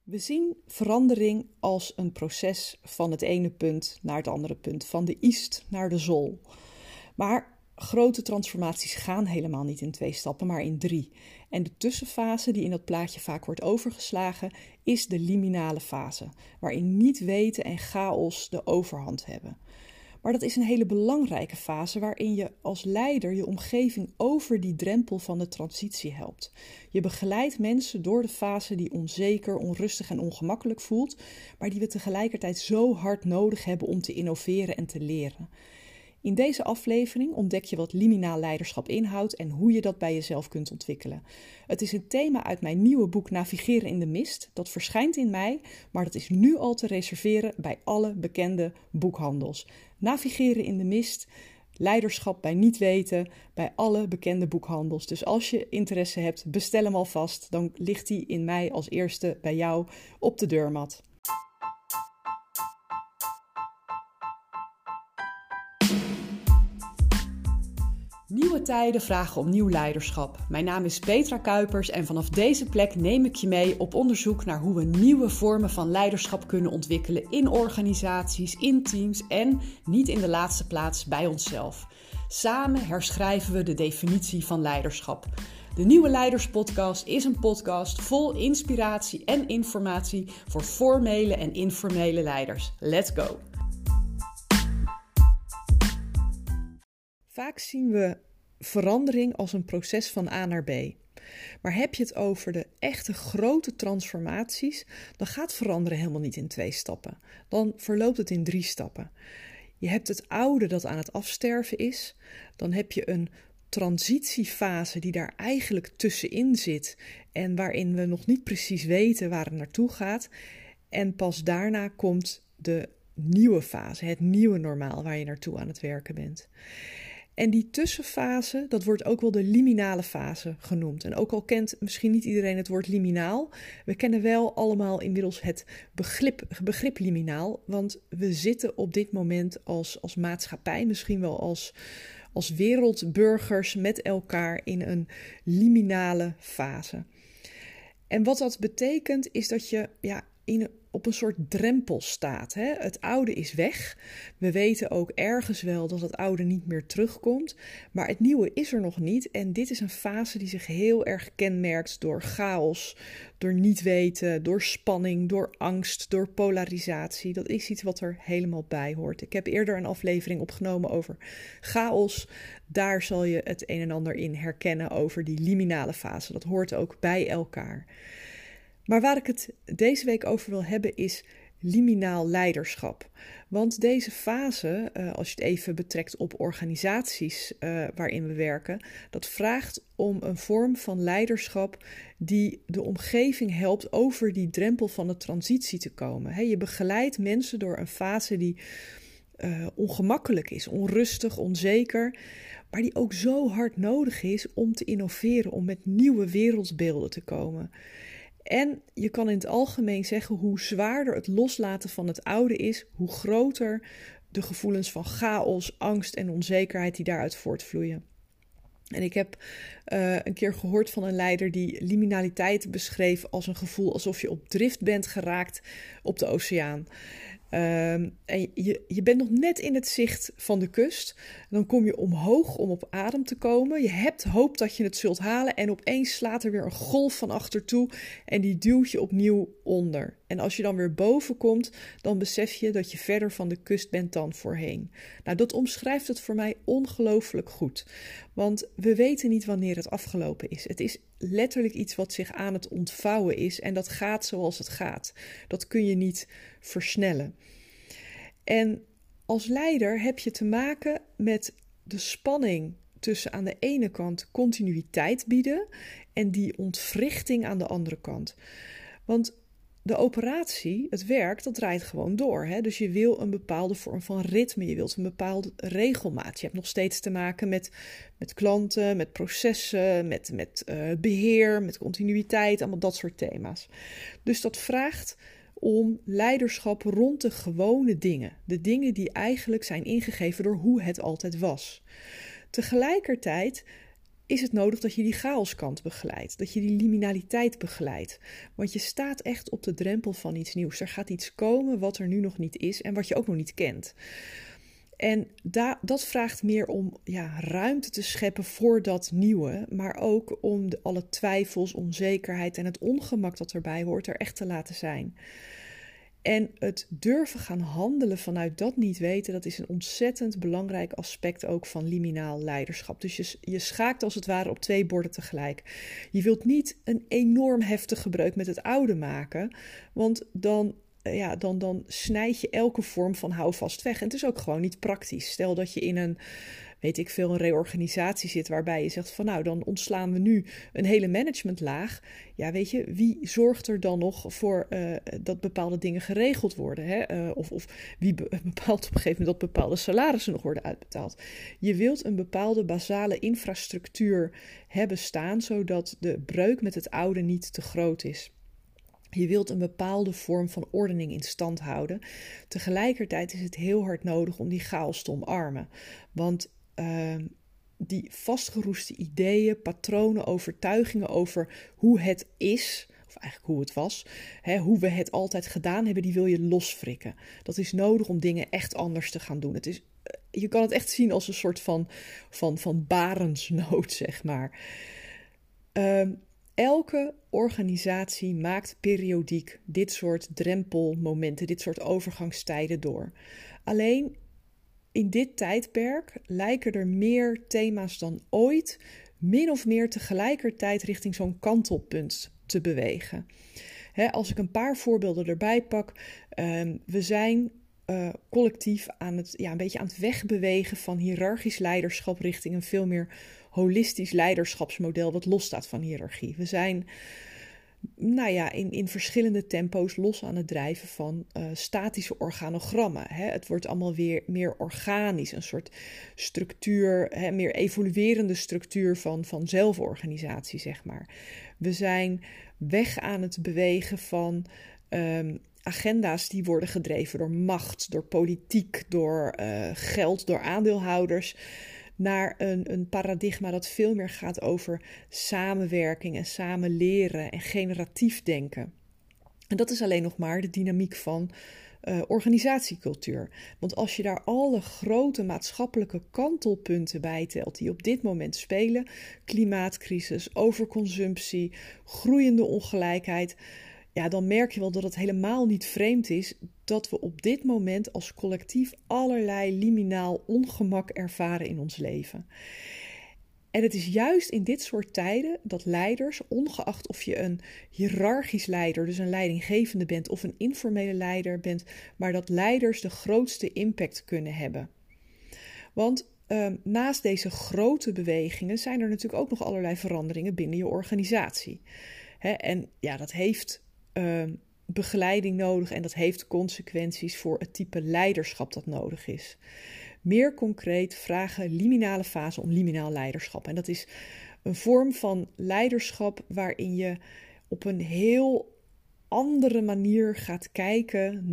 We zien verandering als een proces van het ene punt naar het andere punt, van de ist naar de zol. Maar grote transformaties gaan helemaal niet in 2 stappen, maar in 3. En de tussenfase die in dat plaatje vaak wordt overgeslagen, is de liminale fase, waarin niet weten en chaos de overhand hebben. Maar dat is een hele belangrijke fase waarin je als leider je omgeving over die drempel van de transitie helpt. Je begeleidt mensen door de fase die onzeker, onrustig en ongemakkelijk voelt, maar die we tegelijkertijd zo hard nodig hebben om te innoveren en te leren. In deze aflevering ontdek je wat liminaal leiderschap inhoudt en hoe je dat bij jezelf kunt ontwikkelen. Het is een thema uit mijn nieuwe boek Navigeren in de Mist. Dat verschijnt in mei, maar dat is nu al te reserveren bij alle bekende boekhandels. Navigeren in de Mist, leiderschap bij niet weten, bij alle bekende boekhandels. Dus als je interesse hebt, bestel hem alvast. Dan ligt die in mei als eerste bij jou op de deurmat. Nieuwe tijden vragen om nieuw leiderschap. Mijn naam is Petra Kuipers en vanaf deze plek neem ik je mee op onderzoek naar hoe we nieuwe vormen van leiderschap kunnen ontwikkelen in organisaties, in teams en, niet in de laatste plaats, bij onszelf. Samen herschrijven we de definitie van leiderschap. De Nieuwe Leiderspodcast is een podcast vol inspiratie en informatie voor formele en informele leiders. Let's go! Vaak zien we verandering als een proces van A naar B. Maar heb je het over de echte grote transformaties, dan gaat veranderen helemaal niet in 2 stappen. Dan verloopt het in 3 stappen. Je hebt het oude dat aan het afsterven is. Dan heb je een transitiefase die daar eigenlijk tussenin zit en waarin we nog niet precies weten waar het naartoe gaat. En pas daarna komt de nieuwe fase, het nieuwe normaal waar je naartoe aan het werken bent. En die tussenfase, dat wordt ook wel de liminale fase genoemd. En ook al kent misschien niet iedereen het woord liminaal, we kennen wel allemaal inmiddels het begrip liminaal. Want we zitten op dit moment als maatschappij, misschien wel als wereldburgers met elkaar in een liminale fase. En wat dat betekent is dat je op een soort drempel staat. Hè? Het oude is weg. We weten ook ergens wel dat het oude niet meer terugkomt. Maar het nieuwe is er nog niet. En dit is een fase die zich heel erg kenmerkt door chaos, door niet weten, door spanning, door angst, door polarisatie. Dat is iets wat er helemaal bij hoort. Ik heb eerder een aflevering opgenomen over chaos. Daar zal je het een en ander in herkennen over die liminale fase. Dat hoort ook bij elkaar. Maar waar ik het deze week over wil hebben is liminaal leiderschap. Want deze fase, als je het even betrekt op organisaties waarin we werken, dat vraagt om een vorm van leiderschap die de omgeving helpt over die drempel van de transitie te komen. Je begeleidt mensen door een fase die ongemakkelijk is, onrustig, onzeker, maar die ook zo hard nodig is om te innoveren, om met nieuwe wereldbeelden te komen. En je kan in het algemeen zeggen hoe zwaarder het loslaten van het oude is, hoe groter de gevoelens van chaos, angst en onzekerheid die daaruit voortvloeien. En ik heb een keer gehoord van een leider die liminaliteit beschreef als een gevoel alsof je op drift bent geraakt op de oceaan. En je bent nog net in het zicht van de kust. Dan kom je omhoog om op adem te komen. Je hebt hoop dat je het zult halen. En opeens slaat er weer een golf van achter toe. En die duwt je opnieuw onder. En als je dan weer boven komt, dan besef je dat je verder van de kust bent dan voorheen. Nou, dat omschrijft het voor mij ongelooflijk goed. Want we weten niet wanneer het afgelopen is. Het is letterlijk iets wat zich aan het ontvouwen is. En dat gaat zoals het gaat. Dat kun je niet versnellen. En als leider heb je te maken met de spanning tussen aan de ene kant continuïteit bieden en die ontwrichting aan de andere kant. Want de operatie, het werk, dat draait gewoon door. Hè? Dus je wil een bepaalde vorm van ritme, je wilt een bepaalde regelmaat. Je hebt nog steeds te maken met klanten, met processen, met beheer, met continuïteit, allemaal dat soort thema's. Dus dat vraagt om leiderschap rond de gewone dingen. De dingen die eigenlijk zijn ingegeven door hoe het altijd was. Tegelijkertijd is het nodig dat je die chaoskant begeleidt, dat je die liminaliteit begeleidt. Want je staat echt op de drempel van iets nieuws. Er gaat iets komen wat er nu nog niet is en wat je ook nog niet kent. En dat vraagt meer om ruimte te scheppen voor dat nieuwe, maar ook om alle twijfels, onzekerheid en het ongemak dat erbij hoort er echt te laten zijn. En het durven gaan handelen vanuit dat niet weten, dat is een ontzettend belangrijk aspect ook van liminaal leiderschap. Dus je schaakt als het ware op 2 borden tegelijk. Je wilt niet een enorm heftige breuk met het oude maken, want dan snijd je elke vorm van houvast weg. En het is ook gewoon niet praktisch. Stel dat je in een reorganisatie zit waarbij je zegt van nou, dan ontslaan we nu een hele managementlaag. Ja, weet je, wie zorgt er dan nog voor dat bepaalde dingen geregeld worden? Hè? Of wie bepaalt op een gegeven moment dat bepaalde salarissen nog worden uitbetaald? Je wilt een bepaalde basale infrastructuur hebben staan, zodat de breuk met het oude niet te groot is. Je wilt een bepaalde vorm van ordening in stand houden. Tegelijkertijd is het heel hard nodig om die chaos te omarmen. Want die vastgeroeste ideeën, patronen, overtuigingen over hoe het is, of eigenlijk hoe het was, hoe we het altijd gedaan hebben, die wil je losfrikken. Dat is nodig om dingen echt anders te gaan doen. Je kan het echt zien als een soort van barensnood, zeg maar. Elke organisatie maakt periodiek dit soort drempelmomenten, dit soort overgangstijden door. Alleen in dit tijdperk lijken er meer thema's dan ooit min of meer tegelijkertijd richting zo'n kantelpunt te bewegen. Als ik een paar voorbeelden erbij pak, we zijn collectief een beetje aan het wegbewegen van hiërarchisch leiderschap richting een veel meer holistisch leiderschapsmodel wat losstaat van hiërarchie. We zijn in verschillende tempo's los aan het drijven van statische organogrammen. Het wordt allemaal weer meer organisch, een soort structuur, meer evoluerende structuur van zelforganisatie, zeg maar. We zijn weg aan het bewegen van agenda's die worden gedreven door macht, door politiek, door geld, door aandeelhouders, naar een paradigma dat veel meer gaat over samenwerking en samen leren en generatief denken. En dat is alleen nog maar de dynamiek van organisatiecultuur. Want als je daar alle grote maatschappelijke kantelpunten bij telt die op dit moment spelen, klimaatcrisis, overconsumptie, groeiende ongelijkheid, dan merk je wel dat het helemaal niet vreemd is dat we op dit moment als collectief allerlei liminaal ongemak ervaren in ons leven. En het is juist in dit soort tijden dat leiders, ongeacht of je een hiërarchisch leider, dus een leidinggevende bent, of een informele leider bent, maar dat leiders de grootste impact kunnen hebben. Want naast deze grote bewegingen zijn er natuurlijk ook nog allerlei veranderingen binnen je organisatie. En dat heeft begeleiding nodig en dat heeft consequenties voor het type leiderschap dat nodig is. Meer concreet vragen liminale fasen om liminaal leiderschap. En dat is een vorm van leiderschap waarin je op een heel andere manier gaat kijken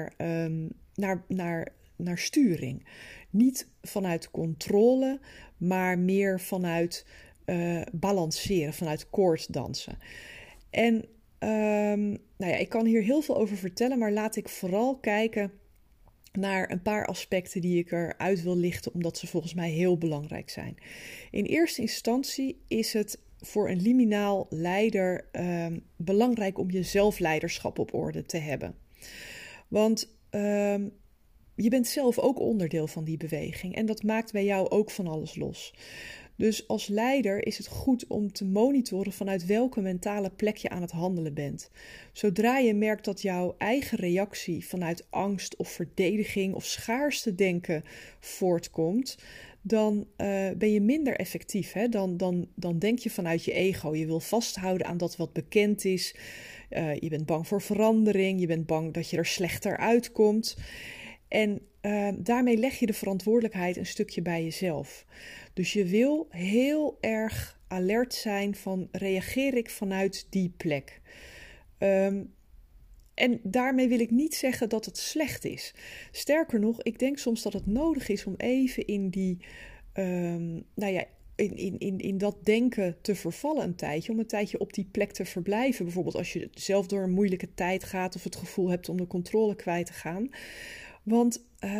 naar sturing. Niet vanuit controle, maar meer vanuit balanceren, vanuit koorddansen. En ik kan hier heel veel over vertellen, maar laat ik vooral kijken naar een paar aspecten die ik eruit wil lichten, omdat ze volgens mij heel belangrijk zijn. In eerste instantie is het voor een liminaal leider belangrijk om je zelfleiderschap op orde te hebben. Want je bent zelf ook onderdeel van die beweging en dat maakt bij jou ook van alles los. Dus als leider is het goed om te monitoren vanuit welke mentale plek je aan het handelen bent. Zodra je merkt dat jouw eigen reactie vanuit angst of verdediging of schaarste denken voortkomt, dan ben je minder effectief. Hè? Dan denk je vanuit je ego. Je wil vasthouden aan dat wat bekend is. Je bent bang voor verandering. Je bent bang dat je er slechter uitkomt. En daarmee leg je de verantwoordelijkheid een stukje bij jezelf. Dus je wil heel erg alert zijn van reageer ik vanuit die plek. En daarmee wil ik niet zeggen dat het slecht is. Sterker nog, ik denk soms dat het nodig is om even in die in dat denken te vervallen een tijdje, om een tijdje op die plek te verblijven. Bijvoorbeeld als je zelf door een moeilijke tijd gaat of het gevoel hebt om de controle kwijt te gaan. Want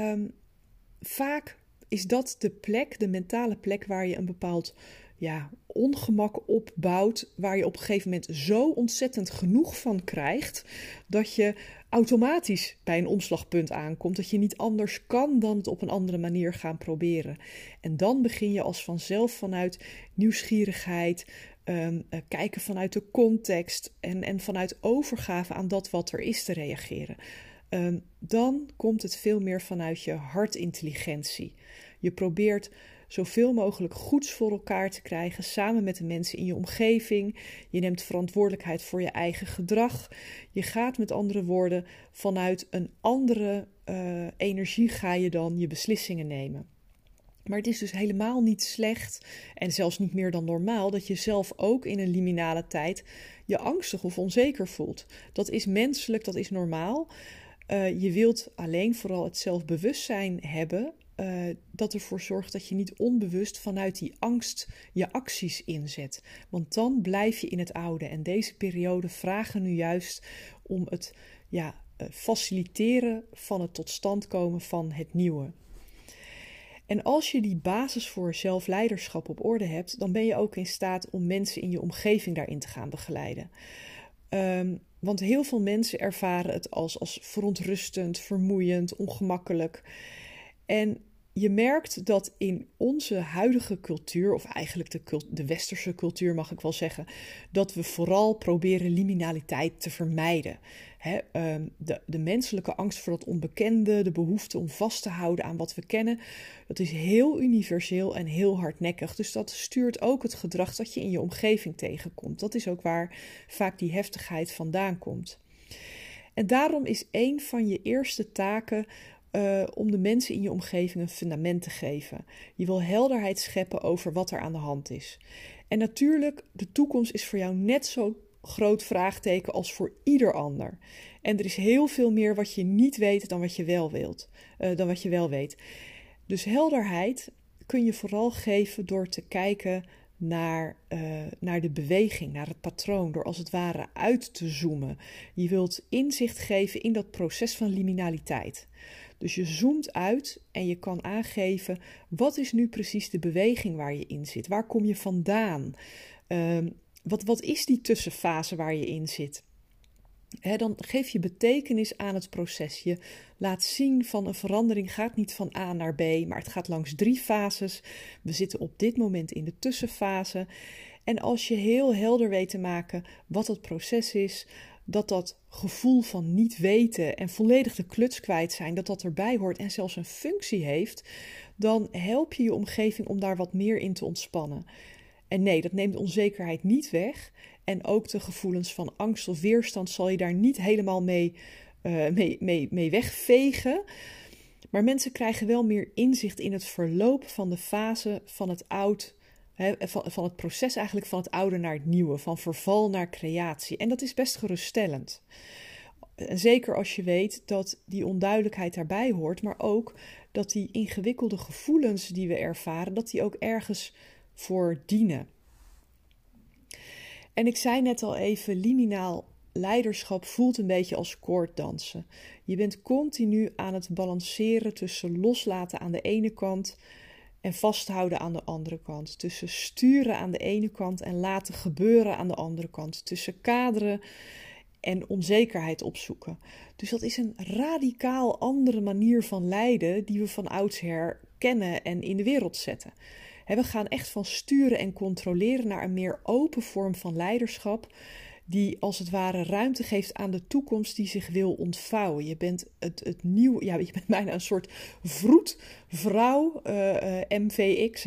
vaak is dat de plek, de mentale plek waar je een bepaald ongemak opbouwt, waar je op een gegeven moment zo ontzettend genoeg van krijgt, dat je automatisch bij een omslagpunt aankomt, dat je niet anders kan dan het op een andere manier gaan proberen. En dan begin je als vanzelf vanuit nieuwsgierigheid, kijken vanuit de context en vanuit overgave aan dat wat er is te reageren. Dan komt het veel meer vanuit je hartintelligentie. Je probeert zoveel mogelijk goeds voor elkaar te krijgen samen met de mensen in je omgeving. Je neemt verantwoordelijkheid voor je eigen gedrag. Je gaat met andere woorden vanuit een andere energie ga je dan je beslissingen nemen. Maar het is dus helemaal niet slecht en zelfs niet meer dan normaal dat je zelf ook in een liminale tijd je angstig of onzeker voelt. Dat is menselijk, dat is normaal. Je wilt alleen vooral het zelfbewustzijn hebben dat ervoor zorgt dat je niet onbewust vanuit die angst je acties inzet. Want dan blijf je in het oude. En deze periode vragen nu juist om het faciliteren van het tot stand komen van het nieuwe. En als je die basis voor zelfleiderschap op orde hebt, dan ben je ook in staat om mensen in je omgeving daarin te gaan begeleiden. Want heel veel mensen ervaren het als verontrustend, vermoeiend, ongemakkelijk. En je merkt dat in onze huidige cultuur, of eigenlijk de westerse cultuur mag ik wel zeggen, dat we vooral proberen liminaliteit te vermijden. De menselijke angst voor dat onbekende, de behoefte om vast te houden aan wat we kennen, dat is heel universeel en heel hardnekkig. Dus dat stuurt ook het gedrag dat je in je omgeving tegenkomt. Dat is ook waar vaak die heftigheid vandaan komt. En daarom is een van je eerste taken om de mensen in je omgeving een fundament te geven. Je wil helderheid scheppen over wat er aan de hand is. En natuurlijk, de toekomst is voor jou net zo groot vraagteken als voor ieder ander. En er is heel veel meer wat je niet weet dan wat je wel weet. Dus helderheid kun je vooral geven door te kijken naar de beweging, naar het patroon, door als het ware uit te zoomen. Je wilt inzicht geven in dat proces van liminaliteit. Dus je zoomt uit en je kan aangeven, wat is nu precies de beweging waar je in zit? Waar kom je vandaan? Wat is die tussenfase waar je in zit? Dan geef je betekenis aan het proces. Je laat zien van een verandering gaat niet van A naar B, maar het gaat langs 3 fases. We zitten op dit moment in de tussenfase. En als je heel helder weet te maken wat het proces is, dat gevoel van niet weten en volledig de kluts kwijt zijn, dat erbij hoort en zelfs een functie heeft, dan help je je omgeving om daar wat meer in te ontspannen. En nee, dat neemt onzekerheid niet weg. En ook de gevoelens van angst of weerstand zal je daar niet helemaal mee wegvegen. Maar mensen krijgen wel meer inzicht in het verloop van de fase van het oud, van het proces eigenlijk van het oude naar het nieuwe, van verval naar creatie. En dat is best geruststellend. En zeker als je weet dat die onduidelijkheid daarbij hoort, maar ook dat die ingewikkelde gevoelens die we ervaren, dat die ook ergens voor dienen. En ik zei net al even, liminaal leiderschap voelt een beetje als koorddansen. Je bent continu aan het balanceren tussen loslaten aan de ene kant en vasthouden aan de andere kant. Tussen sturen aan de ene kant en laten gebeuren aan de andere kant. Tussen kaderen en onzekerheid opzoeken. Dus dat is een radicaal andere manier van leiden die we van oudsher kennen en in de wereld zetten. We gaan echt van sturen en controleren naar een meer open vorm van leiderschap, die als het ware ruimte geeft aan de toekomst die zich wil ontvouwen. Je bent het nieuw, je bent bijna een soort vroedvrouw, MVX,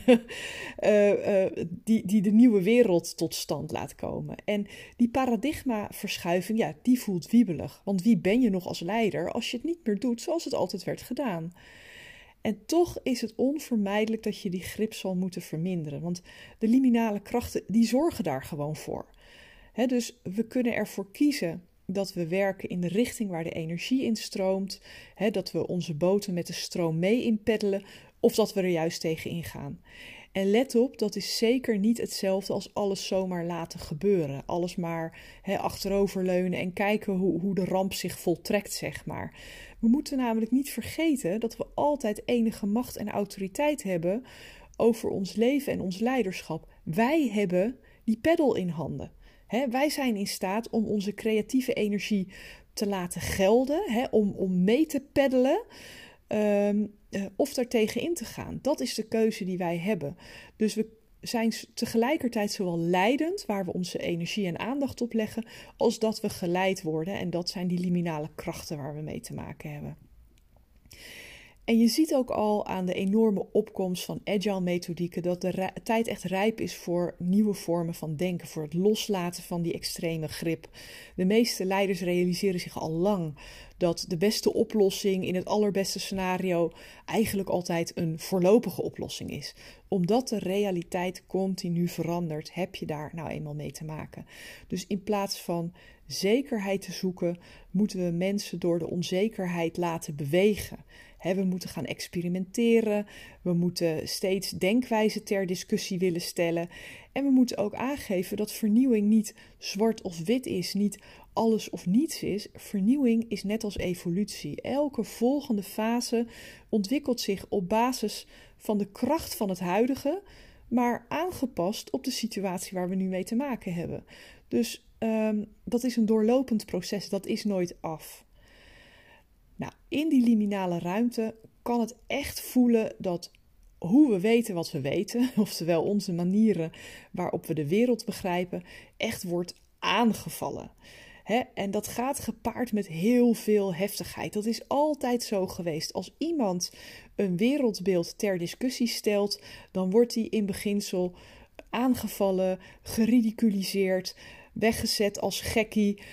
die de nieuwe wereld tot stand laat komen. En die paradigmaverschuiving, die voelt wiebelig. Want wie ben je nog als leider als je het niet meer doet zoals het altijd werd gedaan? En toch is het onvermijdelijk dat je die grip zal moeten verminderen. Want de liminale krachten, die zorgen daar gewoon voor. Dus we kunnen ervoor kiezen dat we werken in de richting waar de energie in stroomt. Dat we onze boten met de stroom mee inpeddelen. Of dat we er juist tegen ingaan. En let op, dat is zeker niet hetzelfde als alles zomaar laten gebeuren. Alles maar achteroverleunen en kijken hoe de ramp zich voltrekt, zeg maar. We moeten namelijk niet vergeten dat we altijd enige macht en autoriteit hebben over ons leven en ons leiderschap. Wij hebben die peddel in handen. Wij zijn in staat om onze creatieve energie te laten gelden, om mee te peddelen of daartegen in te gaan. Dat is de keuze die wij hebben. Dus we zijn tegelijkertijd zowel leidend, waar we onze energie en aandacht op leggen, als dat we geleid worden. En dat zijn die liminale krachten waar we mee te maken hebben. En je ziet ook al aan de enorme opkomst van agile methodieken dat de tijd echt rijp is voor nieuwe vormen van denken, voor het loslaten van die extreme grip. De meeste leiders realiseren zich al lang dat de beste oplossing in het allerbeste scenario eigenlijk altijd een voorlopige oplossing is. Omdat de realiteit continu verandert, heb je daar nou eenmaal mee te maken. Dus in plaats van zekerheid te zoeken, moeten we mensen door de onzekerheid laten bewegen. We moeten gaan experimenteren, we moeten steeds denkwijzen ter discussie willen stellen. En we moeten ook aangeven dat vernieuwing niet zwart of wit is, niet alles of niets is. Vernieuwing is net als evolutie. Elke volgende fase ontwikkelt zich op basis van de kracht van het huidige, maar aangepast op de situatie waar we nu mee te maken hebben. Dus dat is een doorlopend proces, dat is nooit af. Nou, in die liminale ruimte kan het echt voelen dat hoe we weten wat we weten, oftewel onze manieren waarop we de wereld begrijpen, echt wordt aangevallen. En dat gaat gepaard met heel veel heftigheid. Dat is altijd zo geweest. Als iemand een wereldbeeld ter discussie stelt, dan wordt die in beginsel aangevallen, geridiculiseerd, weggezet als gekkie.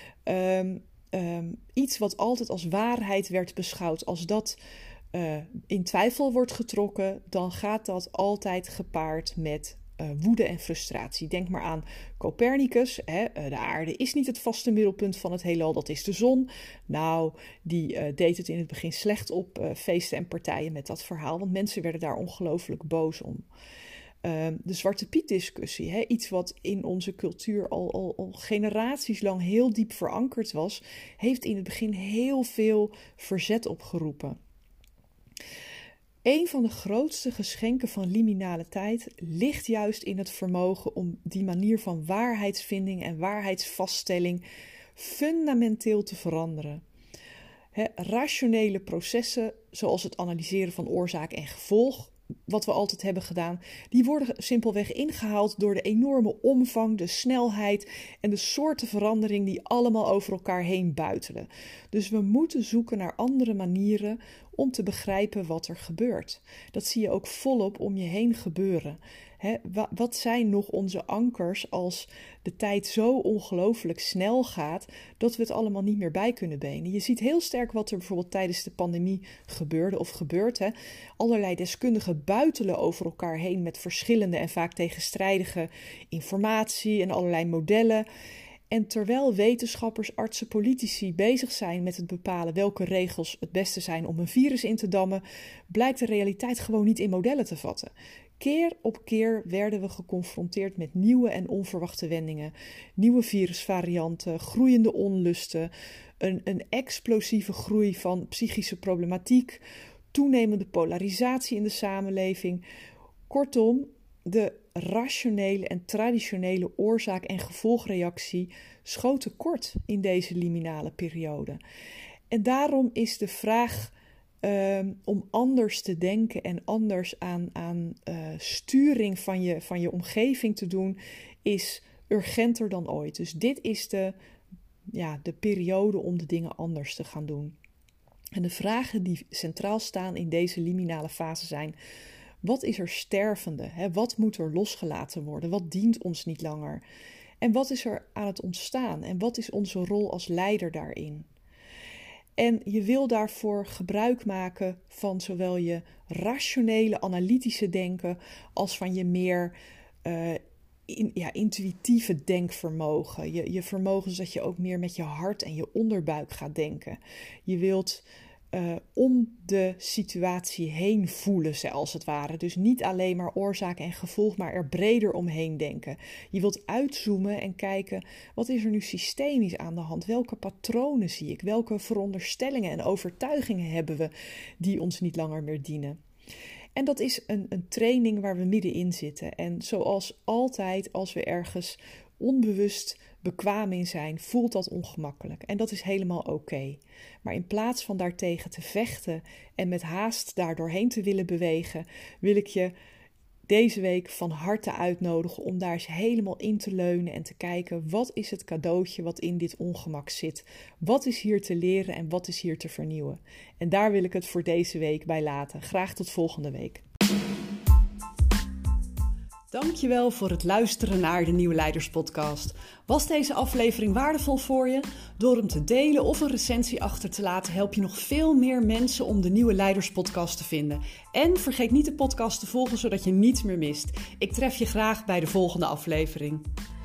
Iets wat altijd als waarheid werd beschouwd. Als dat in twijfel wordt getrokken, dan gaat dat altijd gepaard met woede en frustratie. Denk maar aan Copernicus. De aarde is niet het vaste middelpunt van het heelal, dat is de zon. Nou, die deed het in het begin slecht op feesten en partijen met dat verhaal, want mensen werden daar ongelooflijk boos om. De Zwarte Piet discussie, iets wat in onze cultuur al generaties lang heel diep verankerd was, heeft in het begin heel veel verzet opgeroepen. Een van de grootste geschenken van liminale tijd ligt juist in het vermogen om die manier van waarheidsvinding en waarheidsvaststelling fundamenteel te veranderen. Rationele processen, zoals het analyseren van oorzaak en gevolg, wat we altijd hebben gedaan, die worden simpelweg ingehaald door de enorme omvang, de snelheid en de soorten verandering die allemaal over elkaar heen buitelen. Dus we moeten zoeken naar andere manieren om te begrijpen wat er gebeurt. Dat zie je ook volop om je heen gebeuren. Wat zijn nog onze ankers als de tijd zo ongelooflijk snel gaat dat we het allemaal niet meer bij kunnen benen? Je ziet heel sterk wat er bijvoorbeeld tijdens de pandemie gebeurde of gebeurt. Allerlei deskundigen buitelen over elkaar heen met verschillende en vaak tegenstrijdige informatie en allerlei modellen. En terwijl wetenschappers, artsen, politici bezig zijn met het bepalen welke regels het beste zijn om een virus in te dammen, blijkt de realiteit gewoon niet in modellen te vatten. Keer op keer werden we geconfronteerd met nieuwe en onverwachte wendingen, nieuwe virusvarianten, groeiende onlusten, een explosieve groei van psychische problematiek, toenemende polarisatie in de samenleving. Kortom, de rationele en traditionele oorzaak- en gevolgreactie schoot tekort in deze liminale periode. En daarom is de vraag om anders te denken en anders aan sturing van je omgeving te doen, is urgenter dan ooit. Dus dit is de periode om de dingen anders te gaan doen. En de vragen die centraal staan in deze liminale fase zijn: wat is er stervende? Wat moet er losgelaten worden? Wat dient ons niet langer? En wat is er aan het ontstaan? En wat is onze rol als leider daarin? En je wil daarvoor gebruik maken van zowel je rationele, analytische denken als van je meer intuïtieve denkvermogen. Je vermogen zodat je ook meer met je hart en je onderbuik gaat denken. Je wilt om de situatie heen voelen, als het ware. Dus niet alleen maar oorzaak en gevolg, maar er breder omheen denken. Je wilt uitzoomen en kijken, wat is er nu systemisch aan de hand? Welke patronen zie ik? Welke veronderstellingen en overtuigingen hebben we die ons niet langer meer dienen? En dat is een training waar we middenin zitten. En zoals altijd, als we ergens onbewust bekwaam in zijn, voelt dat ongemakkelijk. En dat is helemaal oké. Maar in plaats van daartegen te vechten en met haast daar doorheen te willen bewegen, wil ik je deze week van harte uitnodigen om daar eens helemaal in te leunen en te kijken, wat is het cadeautje wat in dit ongemak zit? Wat is hier te leren en wat is hier te vernieuwen? En daar wil ik het voor deze week bij laten. Graag tot volgende week. Dankjewel voor het luisteren naar de Nieuwe Leiders podcast. Was deze aflevering waardevol voor je? Door hem te delen of een recensie achter te laten help je nog veel meer mensen om de Nieuwe Leiders podcast te vinden. En vergeet niet de podcast te volgen zodat je niets meer mist. Ik tref je graag bij de volgende aflevering.